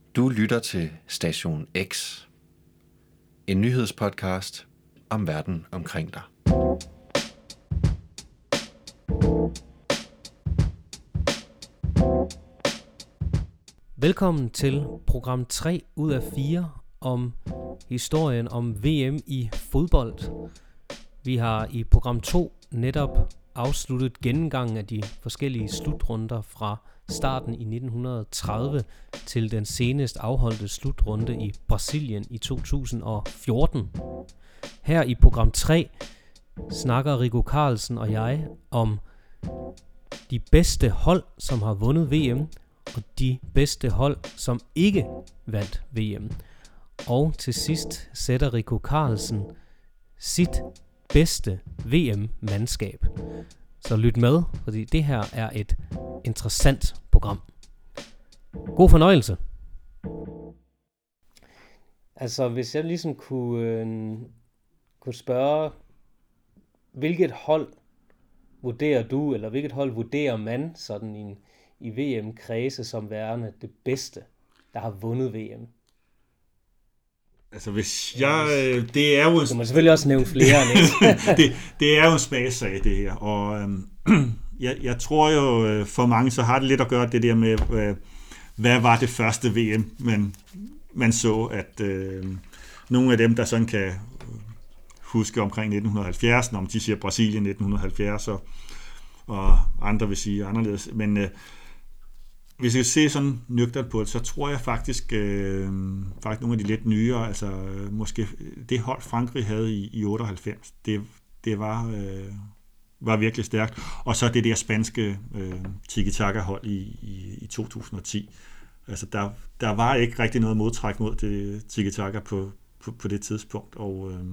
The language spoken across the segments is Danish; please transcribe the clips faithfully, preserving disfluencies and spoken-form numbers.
Du lytter til Station X, en nyhedspodcast om verden omkring dig. Velkommen til program tre ud af fire om historien om V M i fodbold. Vi har i program to netop afsluttet gennemgangen af de forskellige slutrunder fra starten i nitten tredive til den senest afholdte slutrunde i Brasilien i to tusind og fjorten. Her i program tre snakker Rico Carlsen og jeg om de bedste hold, som har vundet V M, og de bedste hold, som ikke vandt V M. Og til sidst sætter Rico Carlsen sit bedste V M-mandskab. Så lyt med, fordi det her er et interessant program. God fornøjelse. Altså, hvis jeg ligesom kunne, øh, kunne spørge, hvilket hold vurderer du, eller hvilket hold vurderer man sådan i, en, i V M-kredse som værende det bedste, der har vundet V M? Altså hvis jeg, det er jo... Du må selvfølgelig også nævne flere. det, det er jo en smagssag, det her, og øhm, jeg, jeg tror jo, for mange så har det lidt at gøre det der med, øh, hvad var det første V M, man, man så, at øh, nogle af dem, der sådan kan huske omkring nitten halvfjerds, når de siger Brasilien nitten halvfjerds, og, og andre vil sige anderledes, men øh, hvis jeg ser sådan nøgternt på det, så tror jeg faktisk, øh, faktisk nogle af de lidt nyere, altså øh, måske det hold Frankrig havde i, i otteoghalvfems, det, det var, øh, var virkelig stærkt. Og så det der spanske øh, tiki-taka-hold i, i, i to tusind og ti. Altså der, der var ikke rigtig noget modtræk mod det tiki-taka på, på, på det tidspunkt. Og, øh,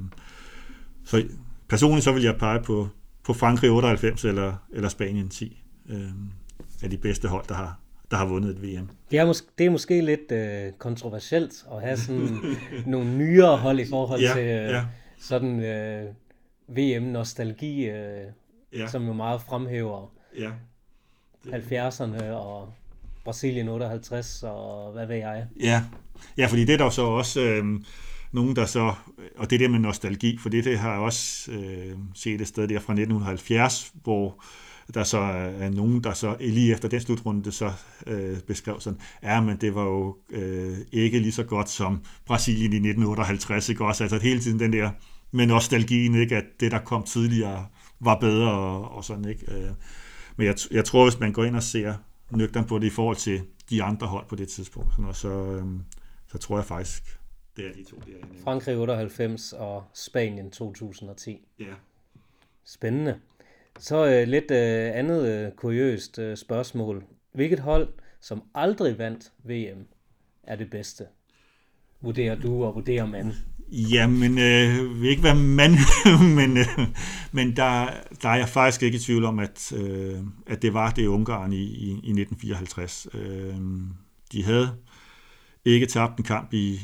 så personligt så vil jeg pege på, på Frankrig otteoghalvfems eller, eller Spanien ti øh, af de bedste hold, der har der har vundet et V M. Det er måske, det er måske lidt øh, kontroversielt at have sådan nogle nyere hold i forhold ja, til øh, ja. sådan øh, V M-nostalgi, øh, ja. som jo meget fremhæver ja. halvfjerdserne og Brasilien otteoghalvtreds og hvad ved jeg. Ja, ja fordi det er der så også øh, nogen, der så, og det der med nostalgi, for det, det har jeg også øh, set et sted der fra nitten halvfjerds, hvor der så er nogen, der så lige efter den slutrunde så øh, beskrev sådan, ja, men det var jo øh, ikke lige så godt som Brasilien i nitten otteoghalvtreds, ikke også? Altså hele tiden den der med nostalgien, ikke? At det, der kom tidligere, var bedre og, og sådan, ikke? Øh, men jeg, jeg tror, hvis man går ind og ser nøgternt på det i forhold til de andre hold på det tidspunkt, sådan, og så, øh, så tror jeg faktisk, det er de to der. Frankrig otteoghalvfems og Spanien to tusind og ti. Ja. Spændende. Så øh, lidt øh, andet øh, kuriøst øh, spørgsmål. Hvilket hold, som aldrig vandt V M, er det bedste? Vurderer du, og vurderer man? Jamen, øh, vil ikke være man, men, øh, men der, der er jeg faktisk ikke i tvivl om, at, øh, at det var det Ungarn i, i, i nitten fireoghalvtreds. Øh, de havde ikke tabt en kamp i,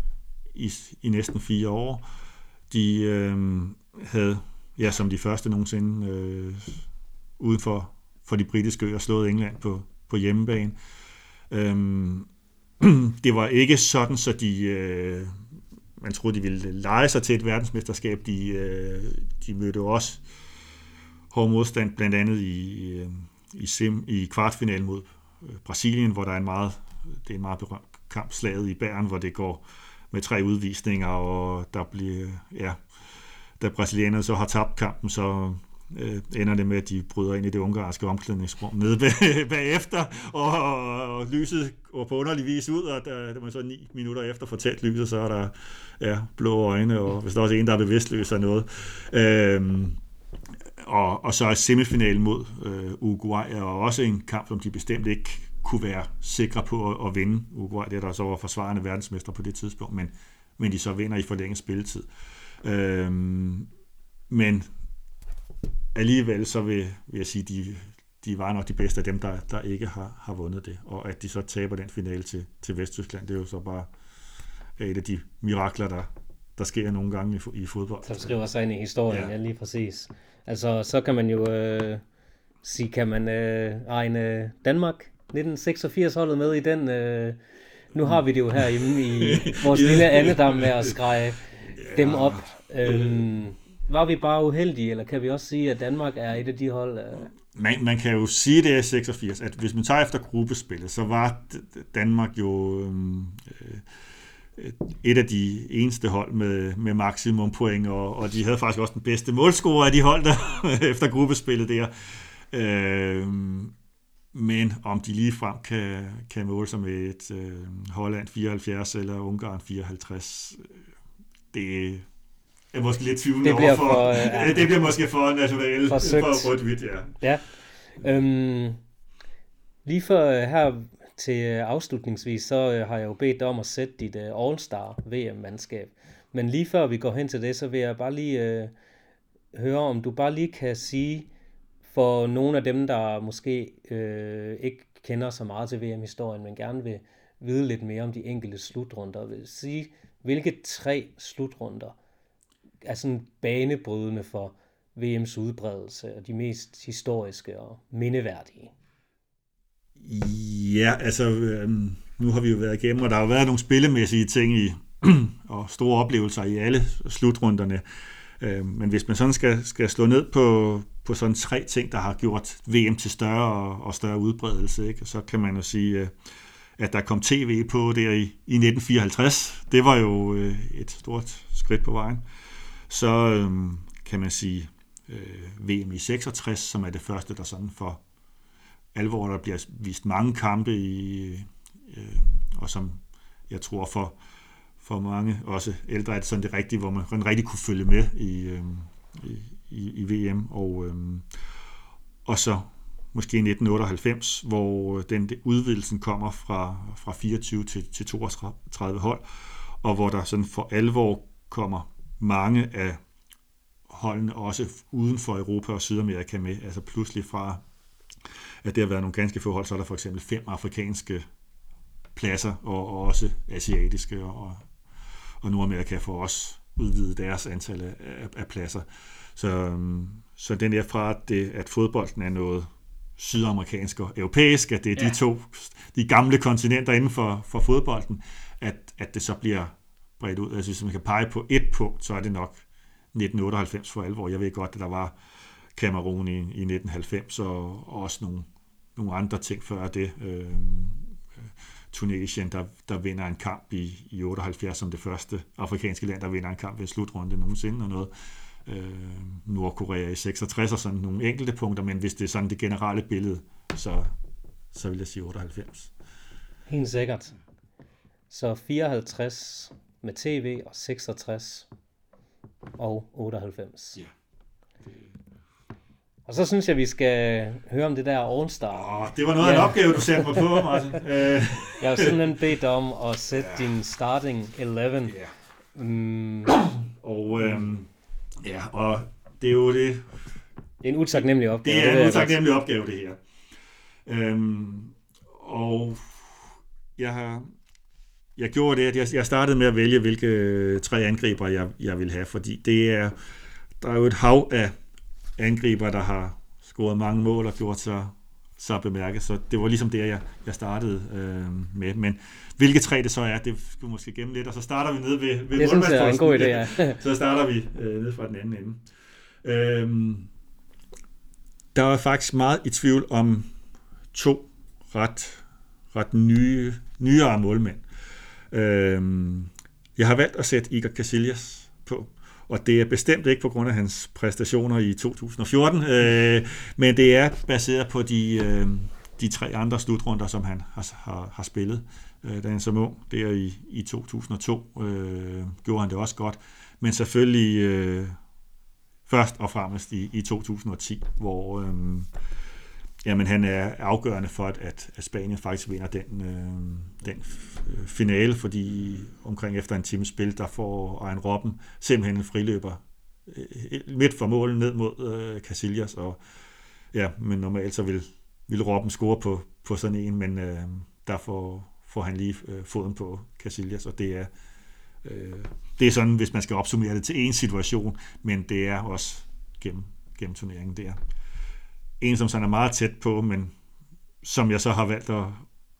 i, i næsten fire år. De øh, havde... ja, som de første nogensinde øh, uden for, for de britiske øer slået England på, på hjemmebane. Øhm, det var ikke sådan, så de, øh, man troede, de ville lege sig til et verdensmesterskab. De, øh, de mødte også hård modstand, blandt andet i, øh, i, sim, i kvartfinalen mod Brasilien, hvor der er en meget, det er en meget berømt kamp, slaget i Bern, hvor det går med tre udvisninger, og der bliver, ja, da brasilianerne så har tabt kampen, så øh, ender det med, at de bryder ind i det ungarske omklædningsrum nede bag, bagefter, og, og, og lyset går på underlig vis ud, og da, da man så ni minutter efter får tæt lyset, så er der ja, blå øjne, og hvis der også er en, der er bevidstløs af noget. Øhm, og, og så er semifinalen mod øh, Uruguay, og også en kamp, som de bestemt ikke kunne være sikre på at, at vinde. Uruguay, det er der så var forsvarende verdensmester på det tidspunkt, men, men de så vinder i forlænget spilletid. Øhm, men alligevel så vil, vil jeg sige, de, de var nok de bedste af dem, der, der ikke har, har vundet det, og at de så taber den finale til, til Vesttyskland, det er jo så bare et af de mirakler, der, der sker nogle gange i, i fodbold. Som skriver sig ind i historien, ja, ja lige præcis. Altså, så kan man jo øh, sige, kan man øh, regne Danmark nitten seksogfirs holdet med i den øh, nu har vi det jo herhjemme i vores lille andedam med at skræje dem op. Øhm, var vi bare uheldige, eller kan vi også sige, at Danmark er et af de hold? Øh... Man, man kan jo sige det i seksogfirs, at hvis man tager efter gruppespillet, så var Danmark jo øh, et af de eneste hold med, med maksimum point, og, og de havde faktisk også den bedste målscorer af de hold, der efter gruppespillet der. Øh, men om de ligefrem kan, kan måle sig med et øh, Holland fireoghalvfjerds eller Ungarn fireoghalvtreds, det er måske lidt tvivl det over for, for øh, ja, det bliver måske for nationalt, for rødt-hvidt, ja. Ja. Øhm, lige for her til afslutningsvis, så har jeg jo bedt dig om at sætte dit uh, All-Star V M-mandskab. Men lige før vi går hen til det, så vil jeg bare lige uh, høre, om du bare lige kan sige, for nogle af dem, der måske uh, ikke kender så meget til V M-historien, men gerne vil vide lidt mere om de enkelte slutrunder, vil sige, hvilke tre slutrunder er sådan banebrydende for V M's udbredelse, og de mest historiske og mindeværdige? Ja, altså, øhm, nu har vi jo været igennem, og der har jo været nogle spillemæssige ting i, og store oplevelser i alle slutrunderne. Øhm, men hvis man sådan skal, skal slå ned på, på sådan tre ting, der har gjort V M til større og, og større udbredelse, ikke? Så kan man jo sige, at der kom tv på der i, i nitten fireoghalvtreds. Det var jo øh, et stort skridt på vejen. Så øhm, kan man sige øh, V M i seksogtres, som er det første, der sådan for alvor, der bliver vist mange kampe i, øh, og som jeg tror for, for mange, også ældre, er det sådan det rigtige, hvor man, man rigtig kunne følge med i, øh, i, i V M. Og, øh, og så måske nitten otteoghalvfems, hvor den udvidelsen kommer fra, fra fireogtyve til, til toogtredive hold, og hvor der sådan for alvor kommer mange af holdene også uden for Europa og Sydamerika med, altså pludselig fra, at det har været nogle ganske få hold, så er der for eksempel fem afrikanske pladser, og, og også asiatiske, og, og Nordamerika får også udvidet deres antal af, af, af pladser. Så, så den er fra, at, det, at fodbolden er noget sydamerikansk og europæisk, at det er ja. de to, de gamle kontinenter inden for, for fodbolden, at, at det så bliver bredt ud. Jeg synes, hvis man kan pege på et punkt, så er det nok nitten otteoghalvfems for alvor. Jeg ved godt, at der var Kamerun i, i nitten halvfems, og også nogle, nogle andre ting før det. Øh, Tunesien, der, der vinder en kamp i, i otteoghalvfjerds som det første afrikanske land, der vinder en kamp ved en slutrunde nogensinde og noget. Øh, Nordkorea i seksogtres og sådan nogle enkelte punkter, men hvis det er sådan det generelle billede, så, så vil jeg sige otteoghalvfems. Helt sikkert. Så fireoghalvtreds med tv og seksogtres og otteoghalvfems. Ja. Og så synes jeg, vi skal høre om det der All-Star. Åh, det var noget ja. af en opgave, du satte mig på, Martin. Jeg har simpelthen bedt om at sætte ja. din starting elleve. Ja. Mm. Og, øhm, ja, og det er jo det... Det er en utaknemmelig opgave. Det er det en utaknemmelig opgave, det her. Øhm, og jeg har... Jeg gjorde det, at jeg startede med at vælge, hvilke tre angriber jeg, jeg vil have, fordi det er... Der er jo et hav af angriber, der har scoret mange mål og gjort sig så bemærket, så det var ligesom det, jeg, jeg startede øh, med. Men hvilke tre det så er, det skal vi måske gemme lidt, og så starter vi nede ved, ved det synes jeg er en god idé, ja. Så starter vi øh, nede fra den anden ende. Øhm, der var faktisk meget i tvivl om to ret, ret nye, nyere målmænd. Øhm, jeg har valgt at sætte Iker Casillas på. Og det er bestemt ikke på grund af hans præstationer i to tusind og fjorten, øh, men det er baseret på de, øh, de tre andre slutrunder, som han har, har, har spillet, øh, da han som ung. Det er i, i to tusind og to, øh, gjorde han det også godt, men selvfølgelig øh, først og fremmest i, i to tusind og ti, hvor øh, jamen, han er afgørende for, at, at Spanien faktisk vinder den, øh, den finale, fordi omkring efter en times spil, der får Arjen Robben simpelthen en friløber øh, midt for målen ned mod øh, Casillas, og ja, men normalt så vil, vil Robben score på, på sådan en, men øh, der får, får han lige øh, foden på Casillas, og det er øh, det er sådan, hvis man skal opsummere det til en situation, men det er også gennem, gennem turneringen der. En, som sådan er meget tæt på, men som jeg så har valgt at,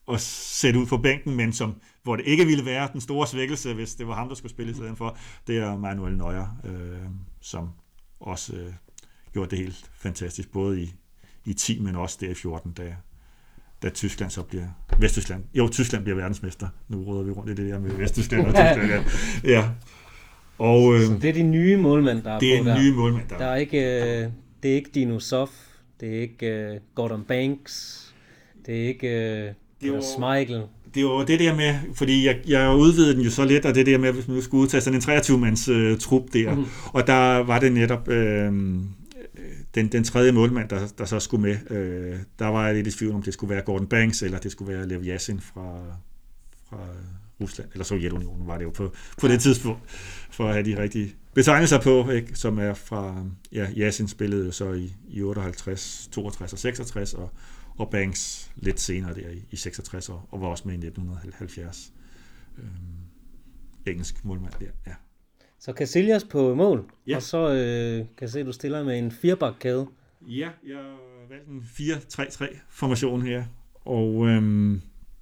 at sætte ud på bænken, men som, hvor det ikke ville være den store svækkelse, hvis det var ham, der skulle spille i stedet for, det er Manuel Neuer, øh, som også øh, gjorde det helt fantastisk, både i, i ti, men også der i fjorten, da, da Tyskland så bliver Vesttyskland. Jo, Tyskland bliver verdensmester. Nu råder vi rundt i det der med Vesttyskland og Tyskland. Ja. ja. Og, øh, så det er de nye målmænd, der er det på er der. nye målmænd, der, der er ikke, øh, det er ikke Dino Sof, det er ikke øh, Gordon Banks, det er ikke øh, det var, Schmeichel. Det var det der med, fordi jeg, jeg udvidede den jo så lidt, og det der med, hvis man skulle udtage sådan en treogtyve-mands øh, trup der, mm. og der var det netop øh, den, den tredje målmand, der, der så skulle med. Øh, der var jeg lidt i tvivl, om det skulle være Gordon Banks, eller det skulle være Lev Yashin fra, fra Rusland, eller Sovjetunionen var det jo på, på det tidspunkt, for at have de rigtige betegnelser på, ikke? Som er fra, ja, Yashin spillede så i, i otteoghalvtreds, toogtres og seksogtres, og, og Banks lidt senere der i, i seksogtres, og, og var også med i nitten halvfjerds. Øhm, engelsk målmand der, ja. Så Casillas på mål, ja. Og så øh, kan jeg se, at du stiller med en firebakkæde. Ja, jeg valgte en fire tre tre formation her, og øhm,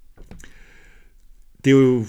det er jo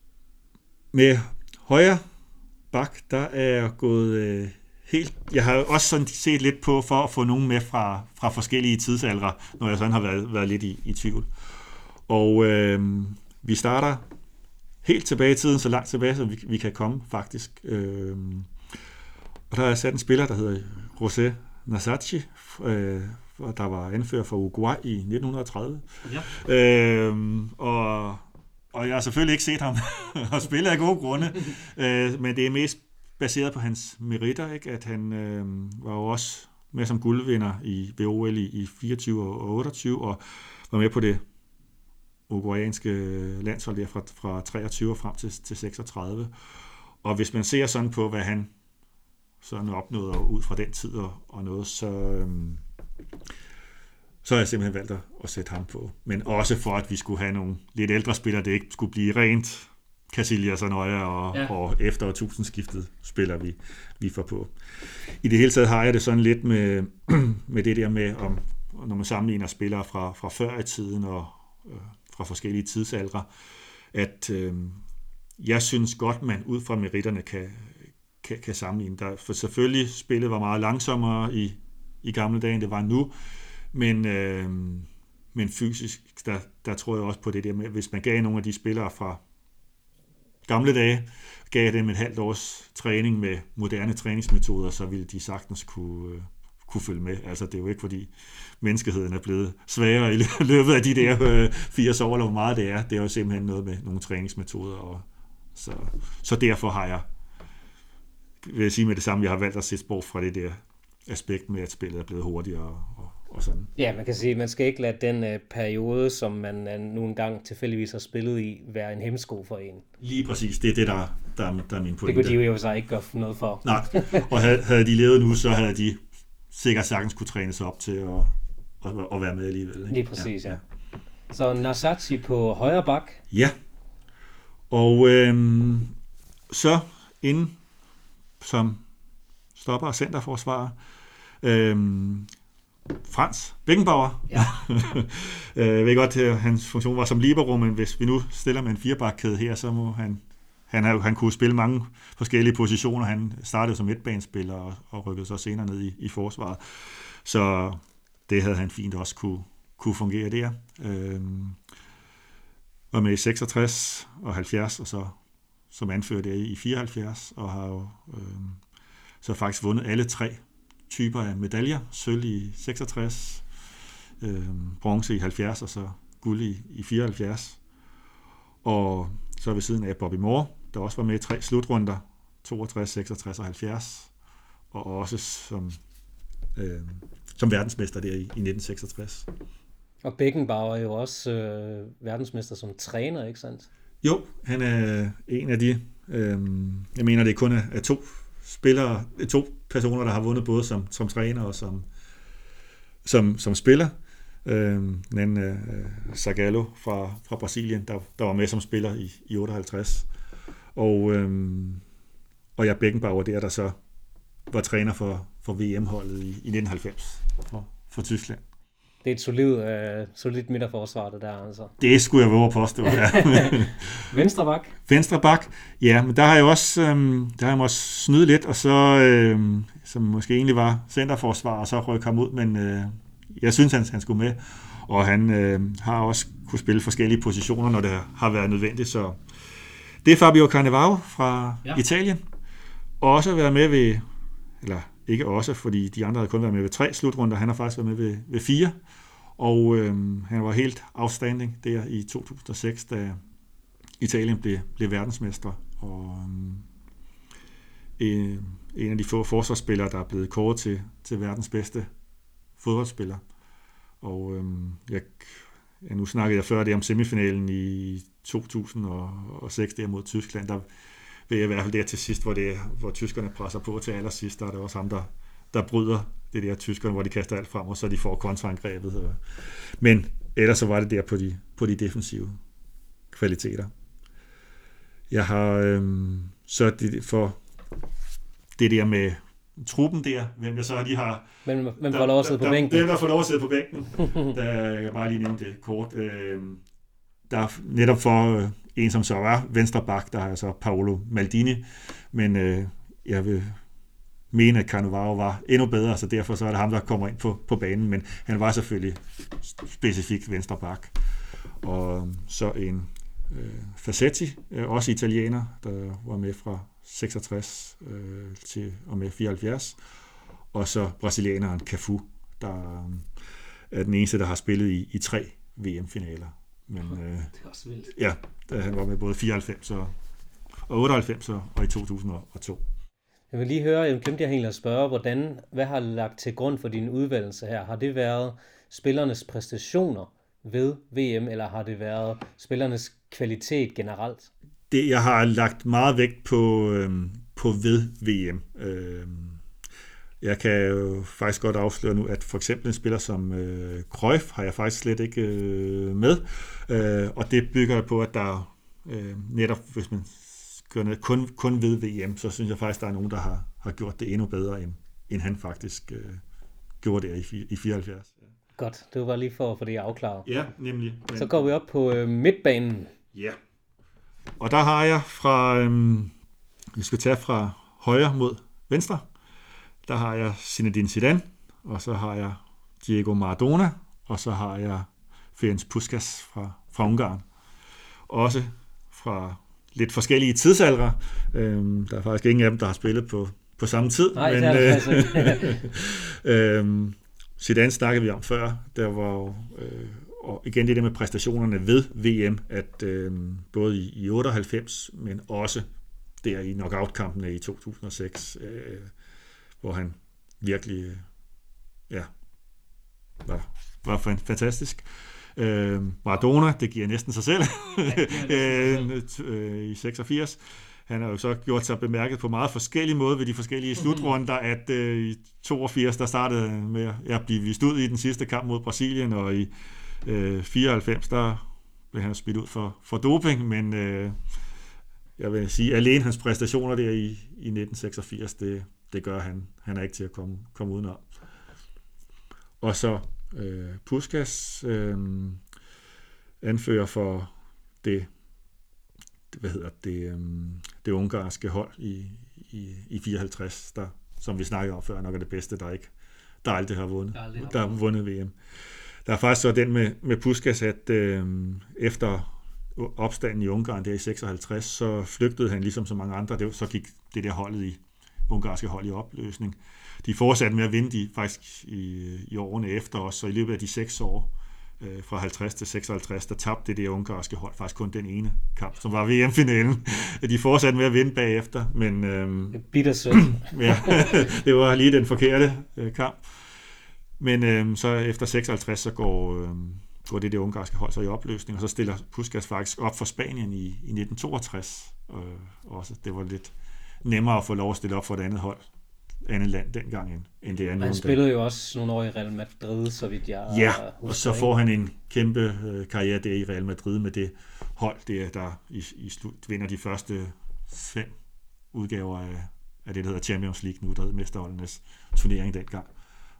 med højre bak, der er gået øh, helt... Jeg har også sådan set lidt på for at få nogen med fra, fra forskellige tidsaldre, når jeg sådan har været, været lidt i, i tvivl. Og øh, vi starter helt tilbage i tiden, så langt tilbage, som vi, vi kan komme faktisk. Øh, og der er sat en spiller, der hedder José Nasachi, øh, der var anfører for Uruguay i nitten tredive. Ja. Øh, og... Og jeg har selvfølgelig ikke set ham og spille af gode grunde, øh, men det er mest baseret på hans meritter, ikke? At han øh, var jo også med som guldvinder i ved O L i, i fireogtyve og otteogtyve, og var med på det uruguayanske landshold der fra, fra treogtyve frem til, til seksogtredive. Og hvis man ser sådan på, hvad han sådan opnåede ud fra den tid og, og noget, så... Øh, så har jeg simpelthen valgt at sætte ham på. Men også for, at vi skulle have nogle lidt ældre spillere, det ikke skulle blive rent Casillas og Neuer, og, ja. og efter årtusindskiftet spiller vi, vi får på. I det hele taget har jeg det sådan lidt med, med det der med, om, når man sammenligner spillere fra, fra før i tiden og øh, fra forskellige tidsaldre, at øh, jeg synes godt, man ud fra meritterne kan, kan, kan sammenligne. Der, for selvfølgelig spillet var meget langsommere i, i gamle dage, end det var nu, Men, øh, men fysisk, der, der tror jeg også på det der med, hvis man gav nogle af de spillere fra gamle dage, gav dem et halvt års træning med moderne træningsmetoder, så ville de sagtens kunne, øh, kunne følge med. Altså det er jo ikke fordi menneskeheden er blevet svagere i løbet af de der øh, firs år, eller hvor meget det er. Det er jo simpelthen noget med nogle træningsmetoder. Og så, så derfor har jeg, vil jeg sige med det samme, jeg har valgt at sætte bort fra det der aspekt med, at spillet er blevet hurtigere og og sådan. Ja, man kan sige, at man skal ikke lade den øh, periode, som man øh, nu engang tilfældigvis har spillet i, være en hemsko for en. Lige præcis, det er det, der, der, der er min pointe. Det kunne de jo så ikke gøre noget for. Nej, og havde, havde de levet nu, så havde de sikkert sagtens kunne træne sig op til at, at, at være med alligevel. Ikke? Lige præcis, ja. ja. Så Nasachi på højre bak. Ja, og øhm, så inden som stopper og centerforsvarer, øhm, Frans Beckenbauer. Ja. Jeg ved godt, at hans funktion var som libero, men hvis vi nu stiller med en firebakkæde her, så må han, han, han, han kunne spille mange forskellige positioner. Han startede som midtbanespiller og, og rykkede så senere ned i, i forsvaret. Så det havde han fint også kunne, kunne fungere der. Øhm, var med i seksogtres og halvfjerds, og så som anfører det i fireoghalvfjerds, og har jo øhm, så faktisk vundet alle tre typer af medaljer. Sølv i seksogtres, øh, bronze i halvfjerds og så guld i, i fireoghalvfjerds. Og så ved siden af Bobby Moore, der også var med i tre slutrunder, toogtres, seksogtres og halvfjerds, og også som, øh, som verdensmester der i, i nitten seksogtres. Og Beckenbauer er jo også øh, verdensmester som træner, ikke sandt? Jo, han er en af de, øh, jeg mener det kun er, er to spillere, to personer, der har vundet både som, som træner og som, som, som spiller. Øhm, den anden er uh, Zagallo fra, fra Brasilien, der, der var med som spiller i, i otteoghalvtreds. Og, øhm, og jeg Beckenbauer der, der så var træner for, for V M-holdet i, i nitten halvfems for, for Tyskland. Det er et solidt, øh, solidt midterforsvar, det der, altså. Det skulle jeg våge at påstå, ja. Venstre bak? Venstre bak, ja, men der har jeg også, øhm, der har jeg også snydet lidt, og så, øhm, som måske egentlig var centerforsvar, og så rykke ham ud, men øh, jeg synes, han, han skulle med, og han øh, har også kunne spille forskellige positioner, når det har været nødvendigt, så det er Fabio Cannavaro fra ja. Italien, og også været med ved, eller ikke også, fordi de andre havde kun været med ved tre slutrunder, han har faktisk været med ved, ved fire, og øhm, han var helt outstanding der i to tusind og seks, da Italien blev, blev verdensmestre, og øhm, en, en af de få forsvarsspillere, der er blevet kåret til, til verdens bedste fodboldspiller. Og øhm, jeg, ja, nu snakkede jeg før det om semifinalen i to tusind og seks der mod Tyskland, der vil jeg i hvert fald der til sidst, hvor, det, hvor tyskerne presser på til allersidst, der er det også ham, der, der bryder det der tyskerne, hvor de kaster alt frem, og så de får kontraangrebet. Men ellers så var det der på de, på de defensive kvaliteter. Jeg har øhm, så det, for det der med truppen der, hvem jeg så lige har... Hvem, hvem får lov at sidde på der, bænken? Hvem der får lov at sidde på bænken. Der jeg bare lige nævne det kort. Øh, der netop for øh, en, som så var venstre bak, der har jeg så Paolo Maldini, men øh, jeg vil mene, at Cannavaro var endnu bedre, så derfor så er det ham, der kommer ind på, på banen, men han var selvfølgelig specifikt venstre bak. Og så en øh, Fassetti, øh, også italiener, der var med fra seksogtres øh, til og med fireoghalvfjerds, og så brasilianeren Cafu, der øh, er den eneste, der har spillet i, i tre V M-finaler. Men, øh, det er også vildt. Ja, der, han var med både fireoghalvfems og, og otteoghalvfems og, og i to tusind og to. Jeg vil lige høre, jeg glemte jeg helt at spørge, hvordan, hvad har lagt til grund for din udvalgelse her? Har det været spillernes præstationer ved V M, eller har det været spillernes kvalitet generelt? Det, jeg har lagt meget vægt på, øhm, på ved V M. Øhm, jeg kan jo faktisk godt afsløre nu, at for eksempel en spiller som øh, Cruyff har jeg faktisk slet ikke øh, med, øh, og det bygger på, at der øh, netop, hvis man gør noget kun, kun ved V M, så synes jeg faktisk, der er nogen, der har, har gjort det endnu bedre, end, end han faktisk øh, gjorde det i, i fireoghalvfjerds. Godt, det var lige for at få det afklaret. Ja, nemlig. Men... Så går vi op på øh, midtbanen. Ja. Og der har jeg fra, øhm, vi skal tage fra højre mod venstre, der har jeg Zinedine Zidane, og så har jeg Diego Maradona, og så har jeg Ferenc Puskás fra, fra Ungarn. Også fra lidt forskellige tidsaldre. Øhm, der er faktisk ingen af dem, der har spillet på, på samme tid. Nej, men, det er det faktisk ikke. øhm, Zidane snakkede vi om før. Der var jo, øh, og igen det der med præstationerne ved V M, at øh, både i, i otteoghalvfems, men også der i knockout-kampene i to tusind og seks, øh, hvor han virkelig øh, ja, var, var fantastisk. Øh, Maradona, det giver næsten sig selv, øh, i seksogfirs. Han har jo så gjort sig bemærket på meget forskellige måder ved de forskellige slutrunder, at øh, i toogfirs, der startede med at ja, blive vist ud i den sidste kamp mod Brasilien, og i øh, fireoghalvfems, der blev han spillet ud for, for doping, men øh, jeg vil sige, alene hans præstationer der i, i nitten seksogfirs, det, det gør han. Han er ikke til at komme, komme udenom. Og så øh, Puskás, øh, anfører for det hvad hedder det, um, det ungarske hold i, i, i fireoghalvtreds, der, som vi snakkede om før, nok er det bedste, der ikke der aldrig har vundet, der, aldrig har der har vundet V M. Der er faktisk så den med, med Puskás, at øh, efter opstanden i Ungarn der i seksoghalvtreds, så flygtede han ligesom så mange andre, det, så gik det der holdet i ungarske hold i opløsning. De fortsatte med at vinde de faktisk i, i årene efter os, så i løbet af de seks år, fra halvtreds til seksoghalvtreds, der tabte det der ungarske hold faktisk kun den ene kamp, som var V M-finalen. De fortsatte med at vinde bagefter, men øhm, bittersødt. Ja, det var lige den forkerte øh, kamp. Men øhm, så efter seksoghalvtreds, så går, øhm, går det der ungarske hold så i opløsning, og så stiller Puskás faktisk op for Spanien i, i nitten toogtres. Øh, også. Det var lidt nemmere at få lov at stille op for et andet hold, andet land dengang, end, end det andet. Han spillede jo også nogle år i Real Madrid, så vidt jeg ja, husker. Og så får han en kæmpe øh, karriere der i Real Madrid med det hold, der, der i, i slut vinder de første fem udgaver af, af det, der hedder Champions League nu, der hedder mesterholdenes turnering dengang.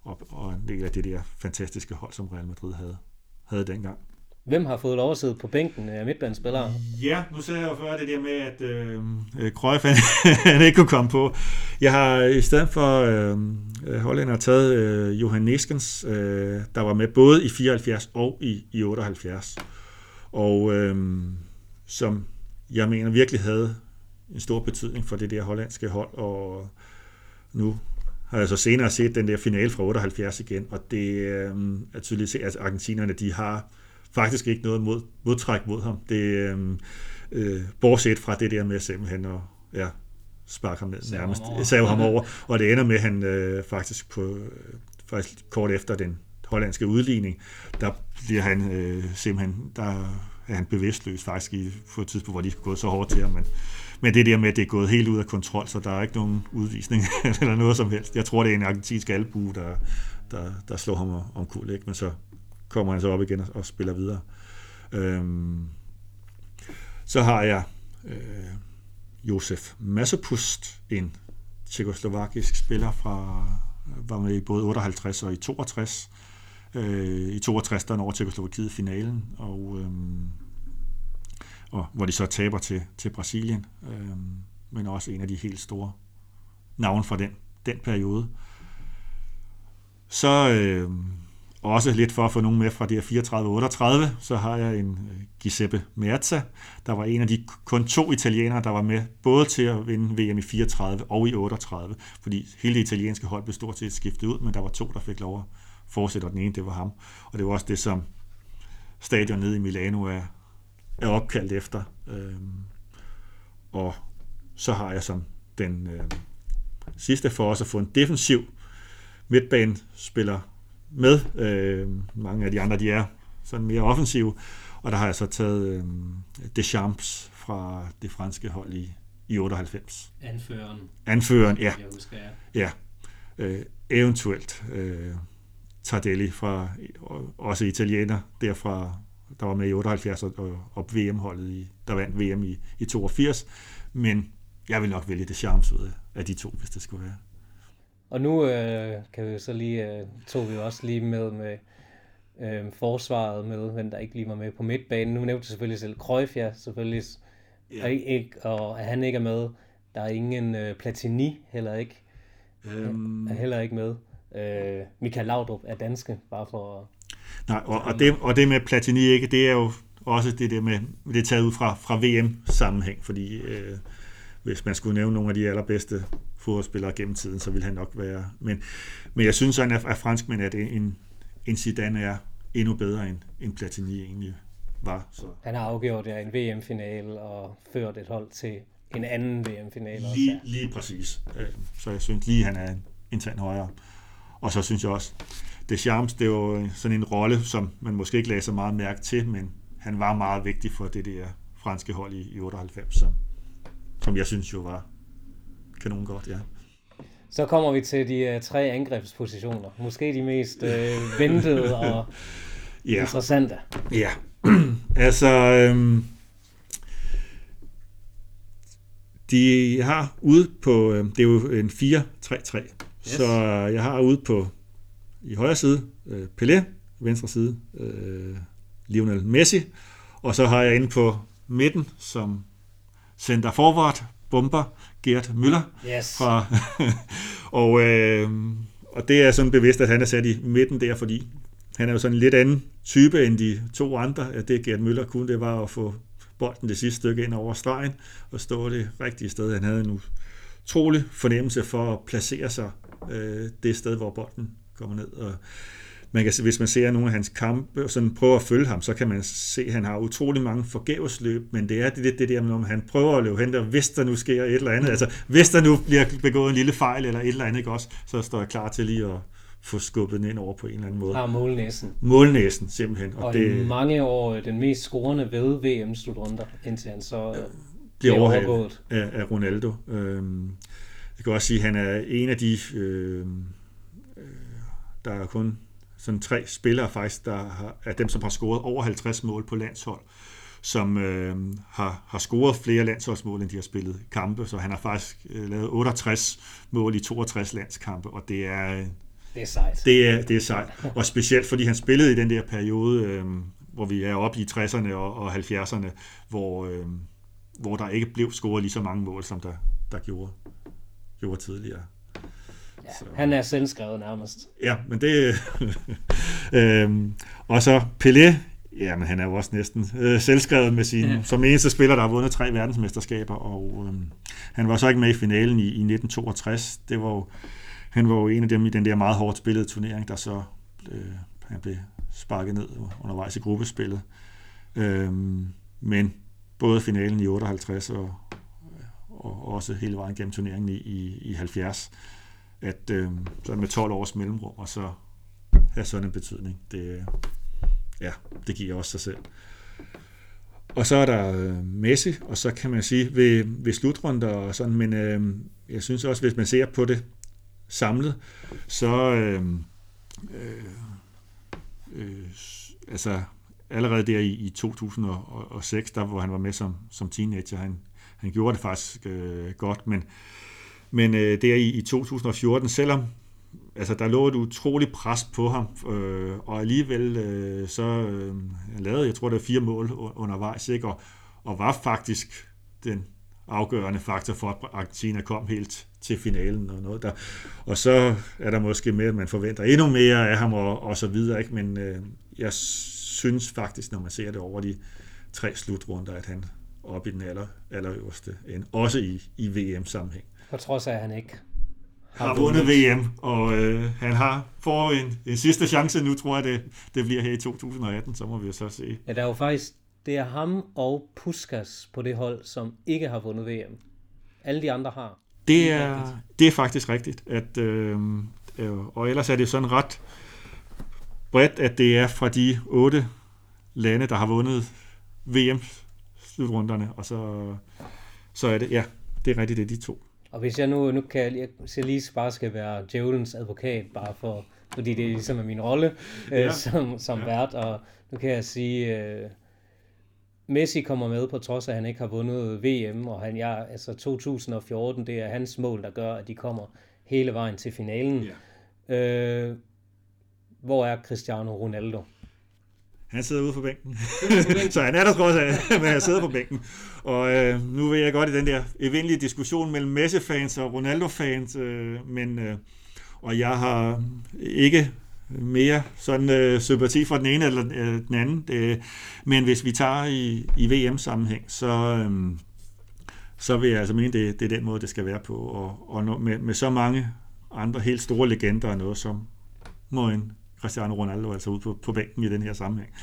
og, og en del af det der fantastiske hold, som Real Madrid havde, havde dengang. Hvem har fået lov at sidde på bænken af midtbanespillere? Ja, nu sagde jeg jo før det der med, at øh, Cruyff han, han ikke kunne komme på. Jeg har i stedet for øh, Hollænder taget øh, Johan Neeskens, øh, der var med både i fireoghalvfjerds og i, i otteoghalvfjerds. Og øh, som jeg mener virkelig havde en stor betydning for det der hollandske hold. Og nu har jeg så senere set den der finale fra otteoghalvfjerds igen, og det øh, er tydeligt at se, at argentinerne, de har faktisk ikke noget mod, modtræk mod ham. Det øh, øh, bortset fra det der med simpelthen at ja, sparke ham ned nærmest, save ham over, og det ender med, at han øh, faktisk på faktisk kort efter den hollandske udligning, der bliver han øh, simpelthen, der er han bevidstløs faktisk i, på et tidspunkt, hvor de er gået så hårdt til ham, men, men det der med, at det er gået helt ud af kontrol, så der er ikke nogen udvisning eller noget som helst. Jeg tror, det er en argentinsk albue, der, der, der slår ham omkuld, ikke? Men så kommer han så op igen og, og spiller videre. Øhm, så har jeg øh, Josef Masopust, en tjekkoslovakisk spiller fra, var med i både otteoghalvtreds og i toogtres. Øh, I toogtres der når Tjekkoslovakiet i finalen, og, øhm, og hvor de så taber til, til Brasilien, øhm, men også en af de helt store navne fra den, den periode. Så øhm, også lidt for at få nogen med fra det her fireogtredive otteogtredive, så har jeg en Giuseppe Meazza, der var en af de kun to italienere, der var med både til at vinde V M i fireogtredive og i otteogtredive, fordi hele det italienske hold blev stort set skiftet ud, men der var to, der fik lov at fortsætte, og den ene, det var ham. Og det var også det, som stadion nede i Milano er, er opkaldt efter. Øhm, og så har jeg som den øh, sidste for os at få en defensiv midtbanespiller med. Øh, mange af de andre, de er sådan mere offensive. Og der har jeg så taget øh, Deschamps fra det franske hold i, i otteoghalvfems. Anføreren. Anføreren, ja. Jeg husker, ja. Ja. Øh, eventuelt øh, Tardelli fra, også italiener, derfra, der var med i otteoghalvfjerds og, og V M-holdet, i, der vandt V M i, i toogfirs. Men jeg vil nok vælge Deschamps ud af de to, hvis det skulle være. Og nu øh, kan vi så lige, øh, tog vi også lige med med øh, forsvaret med, hvem der ikke lige var med på midtbanen. Nu nævnte du selvfølgelig selv Cruyff, ja, selvfølgelig, ja. Og, ikke, og at han ikke er med. Der er ingen øh, Platini heller ikke, um... er heller ikke med. Øh, Michael Laudrup er danske, bare for... Nej, og, og, det, og det med Platini ikke, det er jo også det der med, det er taget ud fra, fra V M-sammenhæng, fordi øh, hvis man skulle nævne nogle af de allerbedste fodboldspillere gennem tiden, så ville han nok være... Men, men jeg synes, at, at franskmænd, at en, en Zidane er endnu bedre, end, end Platini egentlig var. Så. Han har afgjort ja, en V M-finale og ført et hold til en anden V M-finale. Lige, også, ja. lige præcis. Så jeg synes lige, han er en, en tand højere. Og så synes jeg også, Deschamps, det er jo sådan en rolle, som man måske ikke lagde så meget mærke til, men han var meget vigtig for det der franske hold i, i otteoghalvfems, som, som jeg synes jo var kanon godt, ja. Så kommer vi til de uh, tre angrebspositioner. Måske de mest øh, ventede og ja. interessante. Ja, altså... Øhm, de har ude på... Øh, det er jo en fire tre tre. Yes. Så jeg har ude på i højre side øh, Pelé, venstre side øh, Lionel Messi, og så har jeg inde på midten som center forward bomber Gerd Müller. Yes. Fra, og, øh, og det er sådan bevidst, at han er sat i midten der, fordi han er jo sådan en lidt anden type end de to andre. Det Gerd Müller kunne, det var at få bolden det sidste stykke ind over stregen og stå det rigtige sted. Han havde en utrolig fornemmelse for at placere sig øh, det sted, hvor bolden kommer ned. Og man kan, hvis man ser nogle af hans kampe og sådan prøver at følge ham, så kan man se, at han har utrolig mange forgævesløb, men det er det, det der, når han prøver at løbe hen der, hvis der nu sker et eller andet. Altså, hvis der nu bliver begået en lille fejl eller et eller andet, ikke også, så står jeg klar til lige at få skubbet den ind over på en eller anden måde. Har målnæsen. Målnæsen, simpelthen. Og, og det, mange år den mest scorende ved V M-slutrunder, indtil han så øh, bliver overgået af, af Ronaldo. Øhm, jeg kan også sige, at han er en af de, øh, der er kun sådan tre spillere faktisk, der har, er dem, som har scoret over halvtreds mål på landshold, som øh, har, har scoret flere landsholdsmål, end de har spillet kampe, så han har faktisk øh, lavet otteogtres mål i toogtres landskampe, og det er Det er sejt. Det er, det er sejt. Og specielt fordi han spillede i den der periode, øh, hvor vi er oppe i tresserne og, og halvfjerdserne, hvor, øh, hvor der ikke blev scoret lige så mange mål, som der, der gjorde, gjorde tidligere. Ja, så. Han er selvskrevet nærmest. Ja, men det... øhm, og så Pelé, jamen han er jo også næsten øh, selvskrevet med sin, ja. Som eneste spiller, der har vundet tre verdensmesterskaber, og øhm, han var så ikke med i finalen i, i nitten toogtres. Det var jo, han var jo en af dem i den der meget hårdt spillede turnering, der så øh, han blev sparket ned undervejs i gruppespillet. Øhm, men både finalen i otteoghalvtreds og, og også hele vejen gennem turneringen i, i, i halvfjerds, at øh, så med tolv års mellemrum, og så have sådan en betydning. Det, ja, det giver også sig selv. Og så er der øh, Messi, og så kan man sige ved, ved slutrunder og sådan, men øh, jeg synes også, hvis man ser på det samlet, så øh, øh, øh, altså allerede der i, i to tusind og seks, der hvor han var med som, som teenager, han, han gjorde det faktisk øh, godt, men Men øh, der i, i to tusind og fjorten, selvom altså, der lå et utroligt pres på ham, øh, og alligevel øh, så øh, han lavede, jeg tror, det var fire mål undervejs, ikke? Og, og var faktisk den afgørende faktor for, at Argentina kom helt til finalen og noget der. Og så er der måske mere, at man forventer endnu mere af ham og, og så videre, ikke? Men øh, jeg synes faktisk, når man ser det over de tre slutrunder, at han er oppe i den aller, allerøverste ende, også i, i V M-sammenhæng. På trods af, at han ikke har, har vundet V M, og øh, han har får en, en sidste chance nu, tror jeg, det, det bliver her i to tusind og atten, så må vi jo så se. Ja, der er jo faktisk, det er ham og Puskas på det hold, som ikke har vundet V M. Alle de andre har. Det er, det er faktisk rigtigt, at, øh, og ellers er det sådan ret bredt, at det er fra de otte lande, der har vundet V M-slutrunderne, og så, så er det, ja, det er rigtigt, det er de to. Og hvis jeg nu, nu kan jeg, jeg lige bare skal være djævelens advokat, bare for, fordi det ligesom er min rolle ja. øh, som, som ja. vært, og nu kan jeg sige, øh, Messi kommer med på trods af, at han ikke har vundet V M, og han, ja, altså to tusind og fjorten, det er hans mål, der gør, at de kommer hele vejen til finalen. Ja. Øh, hvor er Cristiano Ronaldo? Han sidder ude på bænken. Så han er der trods af, men han sidder på bænken. Og øh, nu ved jeg godt i den der evindelige diskussion mellem Messi-fans og Ronaldo-fans, øh, men øh, og jeg har ikke mere sådan øh, sympati for den ene eller øh, den anden. Det, men hvis vi tager i, i V M-sammenhæng, så, øh, så vil jeg altså mene, det, det er den måde, det skal være på. Og, og med, med så mange andre helt store legender og noget, som må en Cristiano Ronaldo altså ude på, på bænken i den her sammenhæng.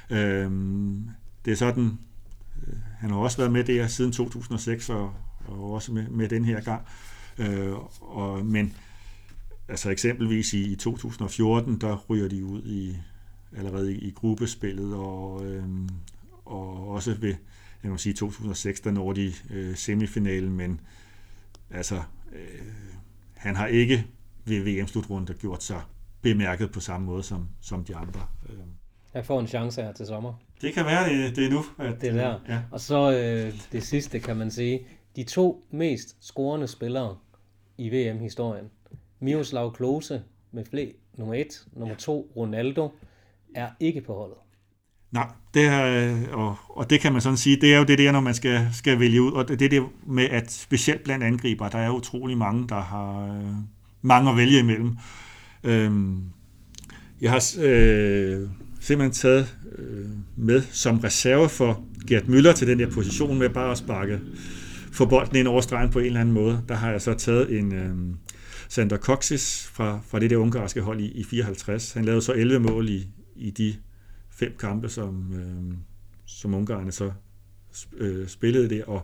Øhm, det er sådan, øh, han har også været med der siden to tusind og seks, og, og også med, med den her gang. Øh, og, men altså eksempelvis i, i to tusind og fjorten, der ryger de ud i allerede i, i gruppespillet, og, øhm, og også ved jeg må sige, to tusind og seks, der når de øh, semifinalen, men altså, øh, han har ikke ved V M-slutrunden gjort sig bemærket på samme måde som, som de andre. Jeg får en chance her til sommer. Det kan være, det, det er nu. At, det er der. Ja. Og så øh, det sidste, kan man sige. De to mest scorende spillere i V M-historien. Miroslav Klose med flere, nummer et. Nummer to, Ronaldo, er ikke på holdet. Nej, det er, og, og det kan man sådan sige, det er jo det der, når man skal, skal vælge ud. Og det er det med, at specielt blandt angriber, der er utrolig mange, der har øh, mange at vælge imellem. Øhm, jeg har øh, simpelthen taget øh, med som reserve for Gerd Müller til den der position med bare at sparke få bolden ind over stregen på en eller anden måde. Der har jeg så taget en øh, Sander Koksis fra, fra det der ungarske hold i, i fireoghalvtreds. Han lavede så elleve mål i, i de fem kampe, som, øh, som ungarerne så øh, spillede der, og,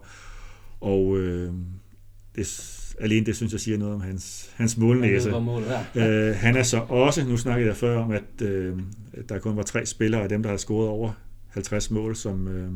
og øh, det alene det, synes jeg, siger noget om hans, hans målnæse. Mål, ja. øh, han er så også, nu snakkede jeg før om, at øh, der kun var tre spillere af dem, der har scoret over halvtreds mål, som, øh,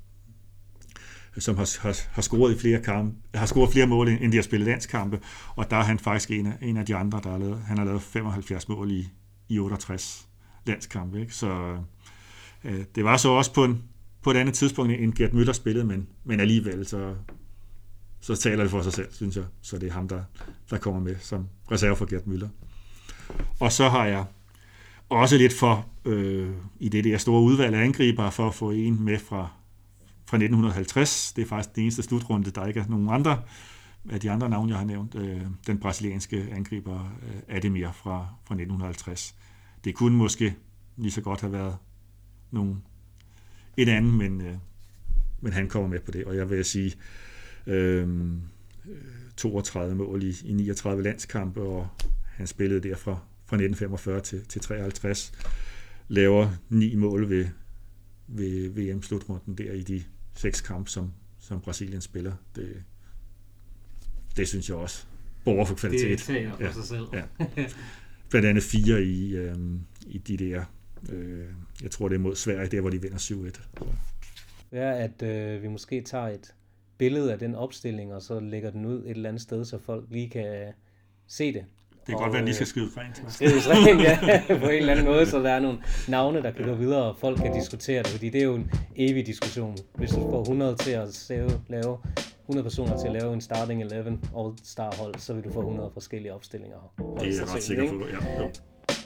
som har, har, har scoret i flere kampe, har scoret flere mål, end de har spillet landskampe, og der er han faktisk en af, en af de andre, der har lavet, han har lavet femoghalvfjerds mål i, i otteogtres landskampe, ikke? Så øh, det var så også på, en, på et andet tidspunkt, end Gerd Müller spillede, men, men alligevel, så så taler det for sig selv, synes jeg. Så det er ham, der, der kommer med som reserve for Gerd Müller. Og så har jeg også lidt for, øh, i det der store udvalg af angribere, for at få en med fra, fra nitten halvtreds. Det er faktisk den eneste slutrunde, der ikke er nogen andre af de andre navne, jeg har nævnt. Øh, den brasilianske angriber øh, Ademir fra, fra nitten halvtreds. Det kunne måske lige så godt have været nogen, et andet, men, øh, men han kommer med på det. Og jeg vil sige, øh, toogtredive mål i, i niogtredive landskampe, og han spillede der fra, fra nitten femogfyrre til, til treoghalvtreds, laver ni mål ved, ved V M-slutrunden der i de seks kampe, som, som Brasilien spiller. Det, det synes jeg også borger for kvalitet. Det tager for ja, sig selv. Ja. Blandt andet fire i, øh, i de der, øh, jeg tror det er mod Sverige, der hvor de vinder syv et. Det er, at øh, vi måske tager et billede af den opstilling, og så lægger den ud et eller andet sted, så folk lige kan se det. Det kan og, godt være, at de skal skrive rent. Skrives rent, ja, på en eller anden måde, så der er nogle navne, der kan gå videre, og folk kan diskutere det, fordi det er jo en evig diskussion. Hvis du får hundrede til at save, lave hundrede personer til at lave en starting elleve all-star hold, så vil du få hundrede forskellige opstillinger. Det er jeg ret sikker på, ja. Jo.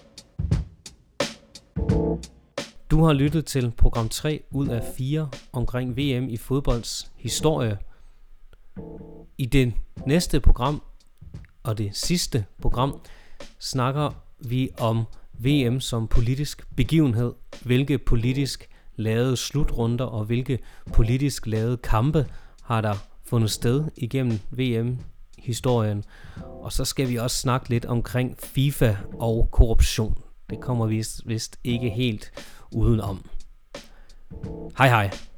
Du har lyttet til program tre ud af fire omkring V M i fodbolds historie. I det næste program, og det sidste program, snakker vi om V M som politisk begivenhed, hvilke politisk lavede slutrunder og hvilke politisk lavede kampe har der fundet sted igennem V M-historien. Og så skal vi også snakke lidt omkring FIFA og korruption. Det kommer vi vist ikke helt udenom. Hej hej.